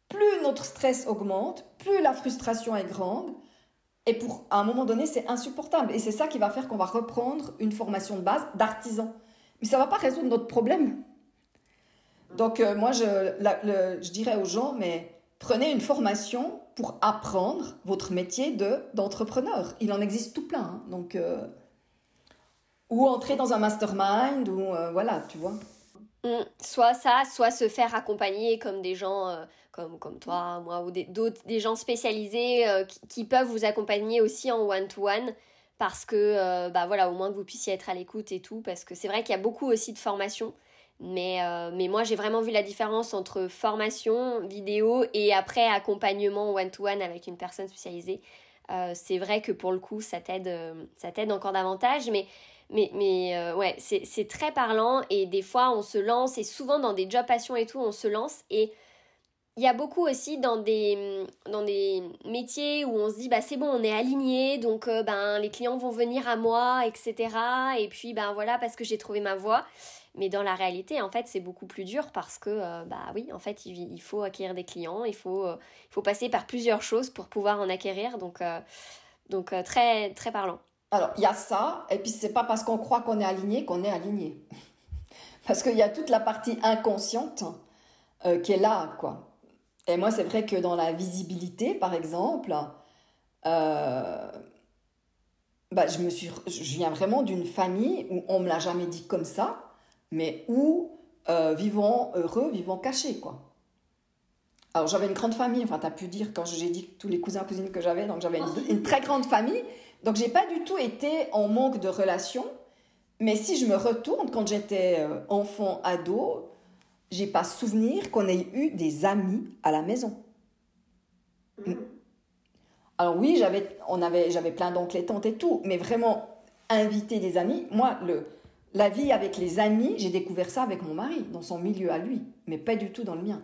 plus notre stress augmente, plus la frustration est grande. Et à un moment donné, c'est insupportable. Et c'est ça qui va faire qu'on va reprendre une formation de base d'artisan. Mais ça ne va pas résoudre notre problème. Donc, moi, je dirais aux gens, mais prenez une formation pour apprendre votre métier d'entrepreneur. Il en existe tout plein. Hein. Donc, ou entrer dans un mastermind, ou voilà, tu vois. Soit ça, soit se faire accompagner comme des gens comme toi, moi, ou des gens spécialisés qui peuvent vous accompagner aussi en one-to-one parce que, voilà, au moins que vous puissiez être à l'écoute et tout, parce que c'est vrai qu'il y a beaucoup aussi de formations, mais moi, j'ai vraiment vu la différence entre formation, vidéo et après accompagnement one-to-one avec une personne spécialisée. C'est vrai que pour le coup, ça t'aide encore davantage, mais ouais, c'est très parlant et des fois on se lance et souvent dans des jobs passion et tout, on se lance et il y a beaucoup aussi dans des métiers où on se dit c'est bon, on est aligné, donc les clients vont venir à moi, etc. Et puis voilà, parce que j'ai trouvé ma voie. Mais dans la réalité, en fait, c'est beaucoup plus dur parce que oui, en fait, il faut acquérir des clients, il faut passer par plusieurs choses pour pouvoir en acquérir, donc très très parlant. Alors, il y a ça, et puis c'est pas parce qu'on croit qu'on est aligné qu'on est aligné. Parce qu'il y a toute la partie inconsciente qui est là, quoi. Et moi, c'est vrai que dans la visibilité, par exemple, je viens vraiment d'une famille où on me l'a jamais dit comme ça, mais où vivons heureux, vivons cachés, quoi. Alors, j'avais une grande famille, enfin, tu as pu dire quand j'ai dit tous les cousins, cousines que j'avais, donc j'avais une très grande famille. Donc, j'ai pas du tout été en manque de relations. Mais si je me retourne, quand j'étais enfant, ado, j'ai pas souvenir qu'on ait eu des amis à la maison. Alors oui, j'avais plein d'oncles et tantes et tout, mais vraiment inviter des amis. Moi, la vie avec les amis, j'ai découvert ça avec mon mari, dans son milieu à lui, mais pas du tout dans le mien.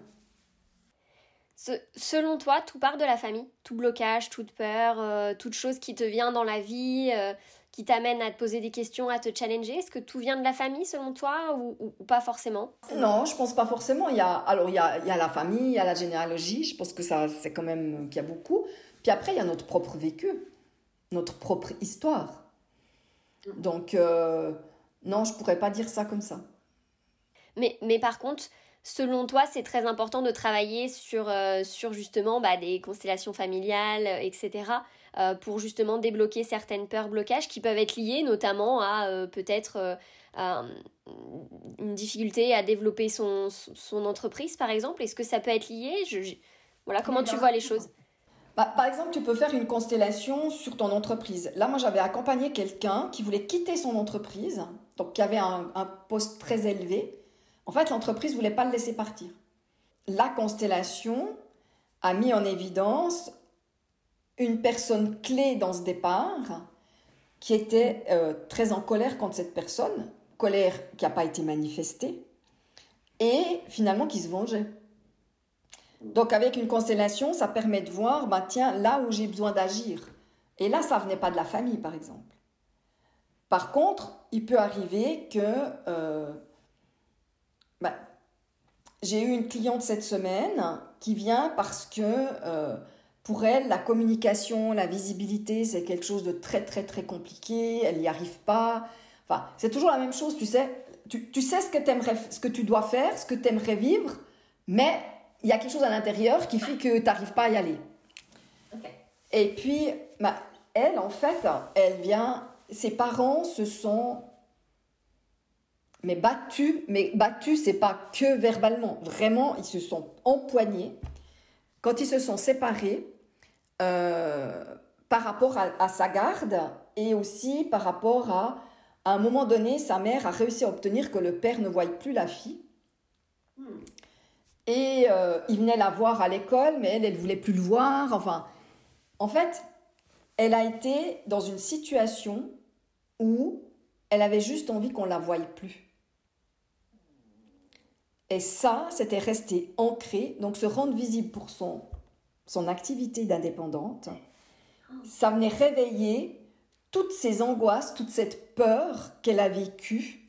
Selon toi, tout part de la famille? Tout blocage, toute peur, toute chose qui te vient dans la vie, qui t'amène à te poser des questions, à te challenger? Est-ce que tout vient de la famille selon toi ou pas forcément? Non, je pense pas forcément. Il y a la famille, il y a la généalogie. Je pense que ça, c'est quand même qu'il y a beaucoup. Puis après, il y a notre propre vécu, notre propre histoire. Donc, non, je pourrais pas dire ça comme ça. Mais par contre, selon toi, c'est très important de travailler sur justement des constellations familiales, etc. Pour justement débloquer certaines peurs, blocages qui peuvent être liés notamment à peut-être une difficulté à développer son entreprise, par exemple. Est-ce que ça peut être lié? Voilà, comment tu vois les choses? Par exemple, tu peux faire une constellation sur ton entreprise. Là, moi, j'avais accompagné quelqu'un qui voulait quitter son entreprise, donc qui avait un poste très élevé. En fait, l'entreprise ne voulait pas le laisser partir. La constellation a mis en évidence une personne clé dans ce départ qui était très en colère contre cette personne, colère qui n'a pas été manifestée, et finalement qui se vengeait. Donc avec une constellation, ça permet de voir, tiens, là où j'ai besoin d'agir. Et là, ça ne venait pas de la famille, par exemple. Par contre, il peut arriver que... j'ai eu une cliente cette semaine qui vient parce que pour elle, la communication, la visibilité, c'est quelque chose de très, très, très compliqué. Elle n'y arrive pas. Enfin, c'est toujours la même chose, tu sais. Tu sais ce que tu dois faire, ce que tu aimerais vivre, mais il y a quelque chose à l'intérieur qui fait que tu n'arrives pas à y aller. Okay. Et puis, elle, en fait, elle vient... Ses parents se sont... Mais battus, c'est pas que verbalement. Vraiment, ils se sont empoignés quand ils se sont séparés par rapport à sa garde et aussi par rapport à un moment donné, sa mère a réussi à obtenir que le père ne voie plus la fille. Et il venait la voir à l'école, mais elle voulait plus le voir. Enfin, en fait, elle a été dans une situation où elle avait juste envie qu'on la voie plus. Et ça, c'était resté ancré. Donc, se rendre visible pour son activité d'indépendante, ça venait réveiller toutes ces angoisses, toute cette peur qu'elle a vécue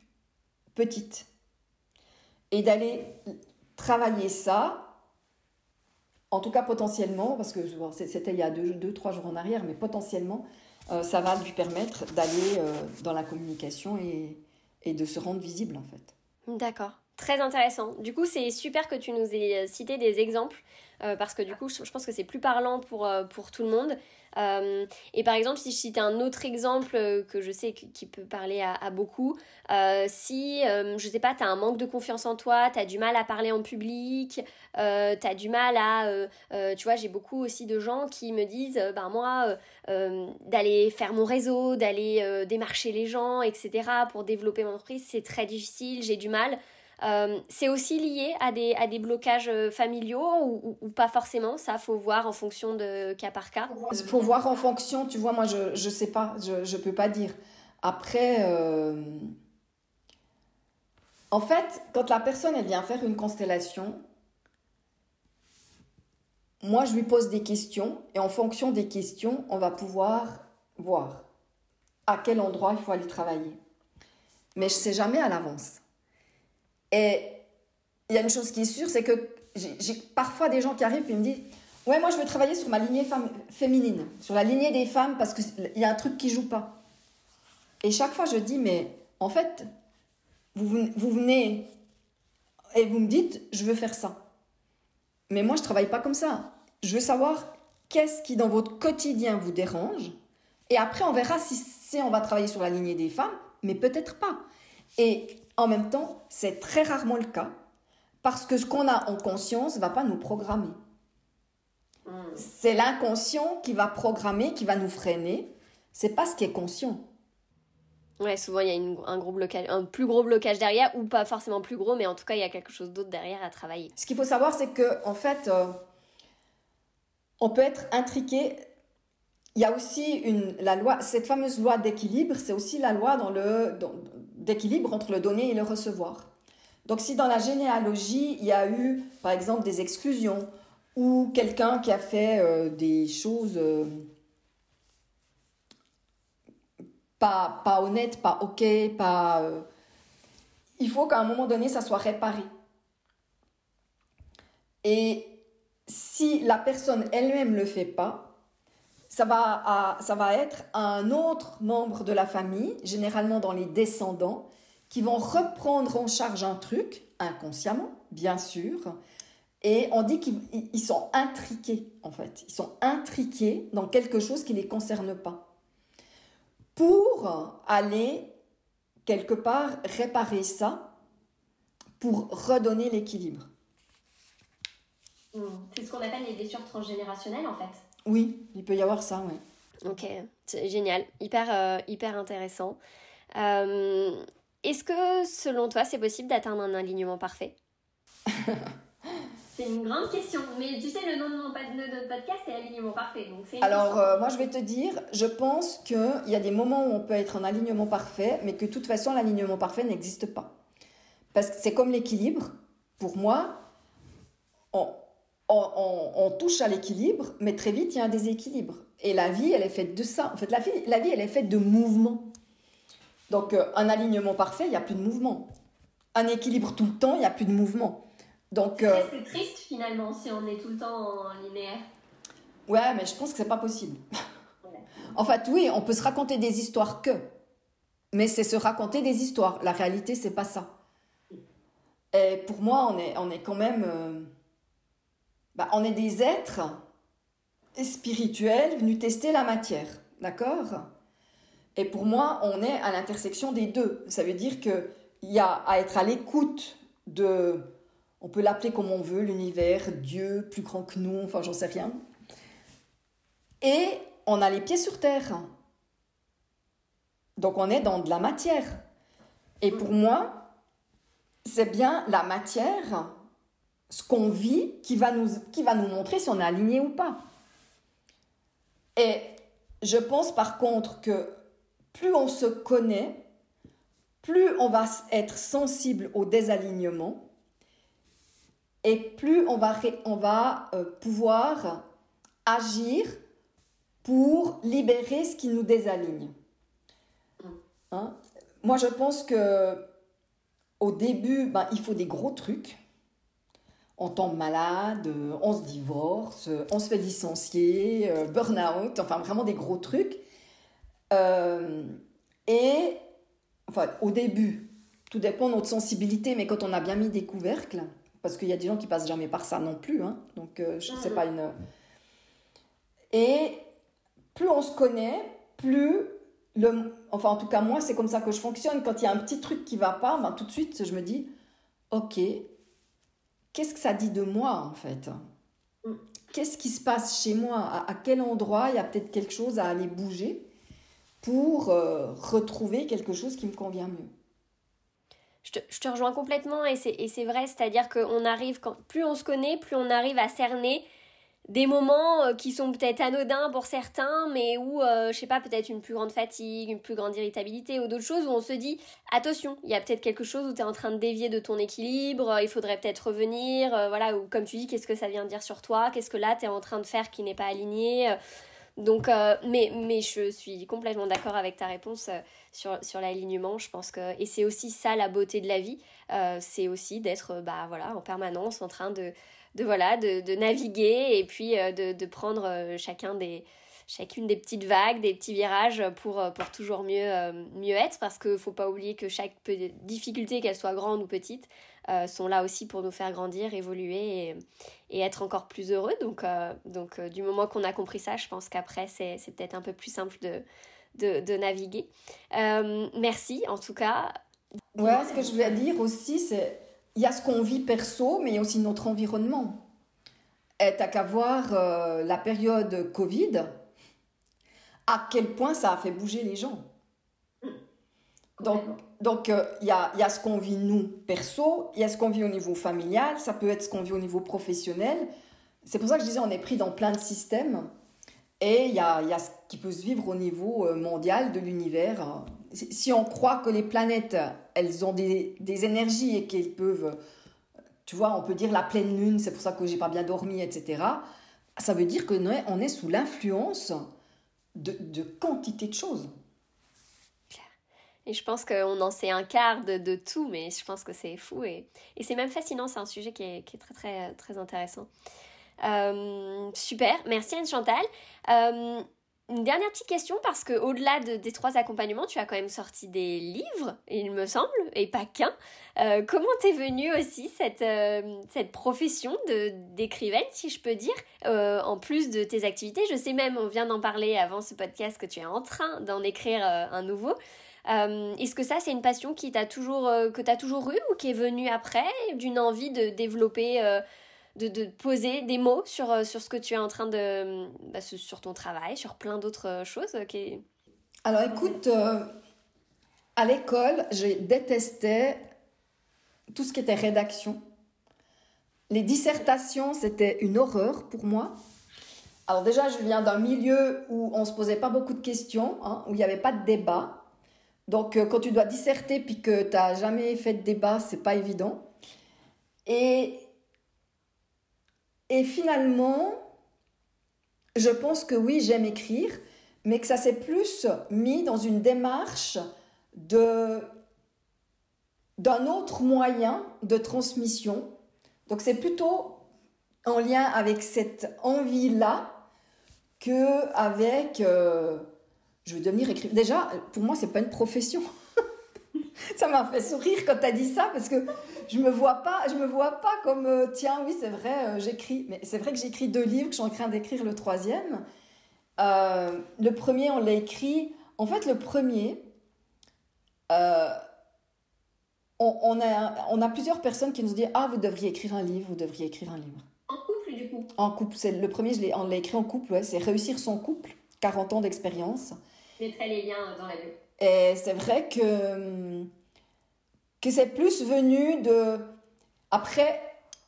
petite. Et d'aller travailler ça En tout cas, potentiellement, parce que c'était il y a 3 jours en arrière, mais potentiellement, ça va lui permettre d'aller dans la communication et de se rendre visible, en fait. D'accord. Très intéressant. Du coup, c'est super que tu nous aies cité des exemples parce que du coup, je pense que c'est plus parlant pour tout le monde. Et par exemple, si je cite un autre exemple que je sais qui peut parler à beaucoup, si, je sais pas, t'as un manque de confiance en toi, t'as du mal à parler en public, t'as du mal tu vois, j'ai beaucoup aussi de gens qui me disent, moi, d'aller faire mon réseau, d'aller démarcher les gens, etc. pour développer mon entreprise, c'est très difficile, j'ai du mal. C'est aussi lié à des blocages familiaux ou pas forcément, ça faut voir en fonction de cas par cas. Il faut voir en fonction, tu vois, moi je sais pas, je peux pas dire. Après, en fait, quand la personne elle vient faire une constellation, moi je lui pose des questions et en fonction des questions, on va pouvoir voir à quel endroit il faut aller travailler. Mais je sais jamais à l'avance. Et il y a une chose qui est sûre, c'est que j'ai parfois des gens qui arrivent et me disent « Ouais, moi je veux travailler sur ma lignée féminine, sur la lignée des femmes parce qu'il y a un truc qui joue pas. » Et chaque fois je dis « Mais en fait, vous venez et vous me dites « Je veux faire ça. » Mais moi je travaille pas comme ça. Je veux savoir qu'est-ce qui dans votre quotidien vous dérange et après on verra si on va travailler sur la lignée des femmes, mais peut-être pas. Et en même temps, c'est très rarement le cas parce que ce qu'on a en conscience ne va pas nous programmer. C'est l'inconscient qui va programmer, qui va nous freiner. C'est pas ce qui est conscient. Ouais, souvent il y a un gros blocage, un plus gros blocage derrière ou pas forcément plus gros, mais en tout cas il y a quelque chose d'autre derrière à travailler. Ce qu'il faut savoir, c'est que en fait, on peut être intriqué. Il y a aussi la loi, cette fameuse loi d'équilibre, c'est aussi la loi d'équilibre entre le donner et le recevoir. Donc si dans la généalogie, il y a eu, par exemple, des exclusions ou quelqu'un qui a fait des choses pas honnêtes, pas OK, il faut qu'à un moment donné, ça soit réparé. Et si la personne elle-même ne le fait pas, ça va être un autre membre de la famille, généralement dans les descendants, qui vont reprendre en charge un truc, inconsciemment, bien sûr, et on dit qu'ils sont intriqués, en fait. Ils sont intriqués dans quelque chose qui ne les concerne pas. Pour aller, quelque part, réparer ça, pour redonner l'équilibre. C'est ce qu'on appelle les blessures transgénérationnelles, en fait. Oui, il peut y avoir ça, oui. Ok, c'est génial, hyper intéressant. Est-ce que, selon toi, c'est possible d'atteindre un alignement parfait? C'est une grande question, mais tu sais, le nom de notre podcast, c'est Alignement Parfait. Donc c'est moi, je vais te dire, je pense qu'il y a des moments où on peut être en alignement parfait, mais que de toute façon, l'alignement parfait n'existe pas. Parce que c'est comme l'équilibre. Pour moi, on touche à l'équilibre, mais très vite, il y a un déséquilibre. Et la vie, elle est faite de ça. En fait, la vie, elle est faite de mouvement. Donc, un alignement parfait, il n'y a plus de mouvement. Un équilibre tout le temps, il n'y a plus de mouvement. Donc, c'est triste, finalement, si on est tout le temps en linéaire. Ouais, mais je pense que c'est pas possible. Ouais. En fait, oui, on peut se raconter des histoires mais c'est se raconter des histoires. La réalité, c'est pas ça. Et pour moi, on est quand même... on est des êtres spirituels venus tester la matière, d'accord? Et pour moi, on est à l'intersection des deux. Ça veut dire qu'il y a à être à l'écoute de... On peut l'appeler comme on veut, l'univers, Dieu, plus grand que nous, enfin j'en sais rien. Et on a les pieds sur terre. Donc on est dans de la matière. Et pour moi, c'est bien la matière, ce qu'on vit, qui va nous montrer si on est aligné ou pas. Et je pense par contre que plus on se connaît, plus on va être sensible au désalignement et plus on va pouvoir agir pour libérer ce qui nous désaligne. Hein? Moi, je pense que au début, il faut des gros trucs. on tombe malade, on se divorce, on se fait licencier, burn-out, enfin vraiment des gros trucs. Et enfin, au début, tout dépend de notre sensibilité, mais quand on a bien mis des couvercles, parce qu'il y a des gens qui passent jamais par ça non plus, hein, donc c'est pas une... Et plus on se connaît, plus... Enfin, en tout cas, moi, c'est comme ça que je fonctionne. Quand il y a un petit truc qui va pas, ben, tout de suite, je me dis, ok, qu'est-ce que ça dit de moi, en fait? Qu'est-ce qui se passe chez moi? À quel endroit il y a peut-être quelque chose à aller bouger pour retrouver quelque chose qui me convient mieux? Je te rejoins complètement et c'est vrai, c'est-à-dire qu'on arrive, plus on se connaît, plus on arrive à cerner des moments qui sont peut-être anodins pour certains, mais où, je sais pas, peut-être une plus grande fatigue, une plus grande irritabilité ou d'autres choses où on se dit, attention, il y a peut-être quelque chose où tu es en train de dévier de ton équilibre, il faudrait peut-être revenir, voilà, ou comme tu dis, qu'est-ce que ça vient dire sur toi, qu'est-ce que là tu es en train de faire qui n'est pas aligné. Donc, mais je suis complètement d'accord avec ta réponse sur l'alignement. Je pense que, et c'est aussi ça la beauté de la vie, c'est aussi d'être voilà, en permanence en train de naviguer et puis de prendre chacune des petites vagues, des petits virages pour toujours mieux être, parce qu'il ne faut pas oublier que chaque difficulté, qu'elle soit grande ou petite, sont là aussi pour nous faire grandir, évoluer et être encore plus heureux. Donc du moment qu'on a compris ça, je pense qu'après, c'est peut-être un peu plus simple de naviguer. Merci, en tout cas. Ouais, ce que je voulais dire aussi, c'est il y a ce qu'on vit perso, mais il y a aussi notre environnement. Et t'as qu'à voir la période Covid, à quel point ça a fait bouger les gens. Donc il y a ce qu'on vit nous, perso, il y a ce qu'on vit au niveau familial, ça peut être ce qu'on vit au niveau professionnel. C'est pour ça que je disais, on est pris dans plein de systèmes. Et il y a ce qui peut se vivre au niveau mondial de l'univers. Si on croit que les planètes, elles ont des énergies et qu'elles peuvent, tu vois, on peut dire la pleine lune, c'est pour ça que j'ai pas bien dormi, etc. Ça veut dire qu'on est sous l'influence de quantité de choses. Et je pense qu'on en sait un quart de tout, mais je pense que c'est fou et c'est même fascinant, c'est un sujet qui est très très très intéressant. Super, merci Anne-Chantal. Une dernière petite question, parce que au-delà des 3 accompagnements, tu as quand même sorti des livres, il me semble, et pas qu'un. Comment t'es venue aussi cette profession d'écrivaine, si je peux dire, en plus de tes activités? Je sais même, on vient d'en parler avant ce podcast, que tu es en train d'en écrire un nouveau. Est-ce que ça, c'est une passion que t'as toujours eue ou qui est venue après, d'une envie de développer... de poser des mots sur ce que tu es en train de... sur ton travail, sur plein d'autres choses Alors écoute, à l'école, je détestais tout ce qui était rédaction. Les dissertations, c'était une horreur pour moi. Alors déjà, je viens d'un milieu où on ne se posait pas beaucoup de questions, hein, où il n'y avait pas de débat. Donc quand tu dois disserter puis que tu n'as jamais fait de débat, c'est pas évident. Et finalement, je pense que oui, j'aime écrire, mais que ça s'est plus mis dans une démarche d'un autre moyen de transmission. Donc c'est plutôt en lien avec cette envie-là qu'avec je veux devenir écrivain. Déjà, pour moi, c'est pas une profession. Ça m'a fait sourire quand tu as dit ça, parce que je me vois pas comme tiens, oui, c'est vrai, j'écris. Mais c'est vrai que j'écris 2 livres, que je suis en train d'écrire le 3e. Le premier, on l'a écrit. En fait, le premier, on a plusieurs personnes qui nous disent ah, vous devriez écrire un livre, vous devriez écrire un livre. En couple, du coup? En couple, c'est le premier, on l'a écrit en couple, ouais, c'est Réussir son couple, 40 ans d'expérience. Je mettrai les liens dans la bio. Et c'est vrai que c'est plus venu de... Après,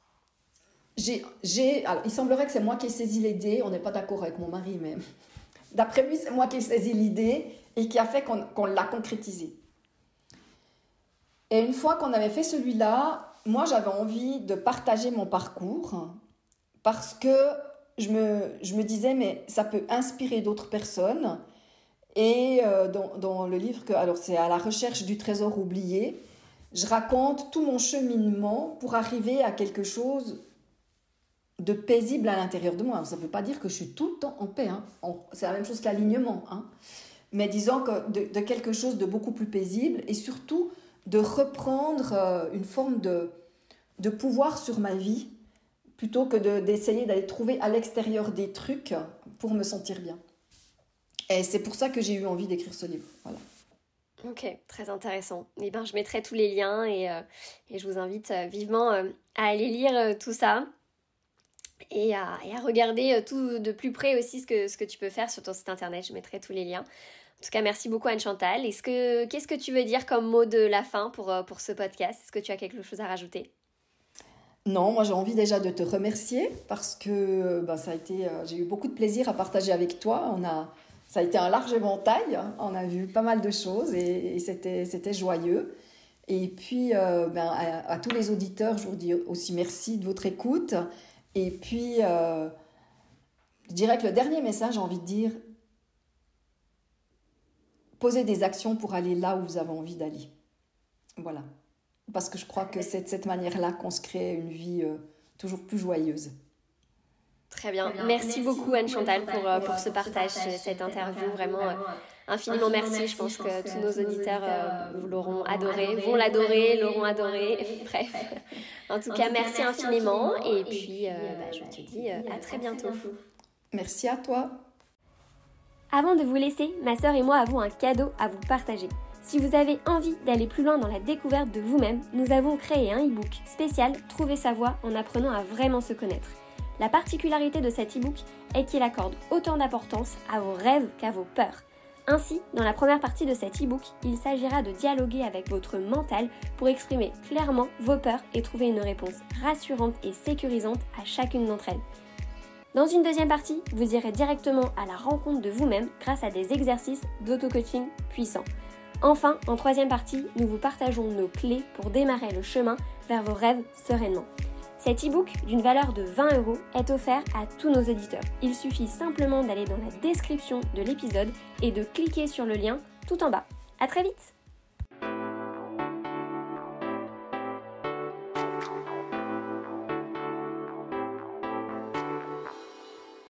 alors, il semblerait que c'est moi qui ai saisi l'idée, on n'est pas d'accord avec mon mari, mais d'après lui, c'est moi qui ai saisi l'idée et qui a fait qu'on l'a concrétisée. Et une fois qu'on avait fait celui-là, moi, j'avais envie de partager mon parcours parce que je me disais, mais ça peut inspirer d'autres personnes. Et dans le livre, alors c'est À la recherche du trésor oublié, je raconte tout mon cheminement pour arriver à quelque chose de paisible à l'intérieur de moi. Ça ne veut pas dire que je suis tout le temps en paix. Hein. C'est la même chose que l'alignement. Hein. Mais disons que de quelque chose de beaucoup plus paisible et surtout de reprendre une forme de pouvoir sur ma vie plutôt que d'essayer d'aller trouver à l'extérieur des trucs pour me sentir bien. Et c'est pour ça que j'ai eu envie d'écrire ce livre. Voilà. Ok, très intéressant. Eh ben, je mettrai tous les liens et je vous invite vivement à aller lire tout ça et à regarder tout de plus près aussi ce que tu peux faire sur ton site internet. Je mettrai tous les liens. En tout cas, merci beaucoup Anne-Chantal. Qu'est-ce que tu veux dire comme mot de la fin pour ce podcast? Est-ce que tu as quelque chose à rajouter? Non, moi j'ai envie déjà de te remercier parce que j'ai eu beaucoup de plaisir à partager avec toi. Ça a été un large éventail, on a vu pas mal de choses et c'était joyeux. Et puis à tous les auditeurs, je vous dis aussi merci de votre écoute. Et puis je dirais que le dernier message, j'ai envie de dire, posez des actions pour aller là où vous avez envie d'aller. Voilà. Parce que je crois que c'est de cette manière-là qu'on se crée une vie toujours plus joyeuse. Très bien. Merci beaucoup Anne-Chantal pour ce partage, cette interview. Vraiment infiniment merci. Je pense que tous nos auditeurs l'auront adoré, vont l'adorer, l'auront adoré. Bref. En tout cas, merci infiniment. Et puis, je te dis à très bientôt. Merci à toi. Avant de vous laisser, ma sœur et moi avons un cadeau à vous partager. Si vous avez envie d'aller plus loin dans la découverte de vous-même, nous avons créé un e-book spécial « Trouver sa voie en apprenant à vraiment se connaître ». La particularité de cet e-book est qu'il accorde autant d'importance à vos rêves qu'à vos peurs. Ainsi, dans la première partie de cet e-book, il s'agira de dialoguer avec votre mental pour exprimer clairement vos peurs et trouver une réponse rassurante et sécurisante à chacune d'entre elles. Dans une deuxième partie, vous irez directement à la rencontre de vous-même grâce à des exercices d'auto-coaching puissants. Enfin, en troisième partie, nous vous partageons nos clés pour démarrer le chemin vers vos rêves sereinement. Cet e-book d'une valeur de 20 € est offert à tous nos auditeurs. Il suffit simplement d'aller dans la description de l'épisode et de cliquer sur le lien tout en bas. À très vite!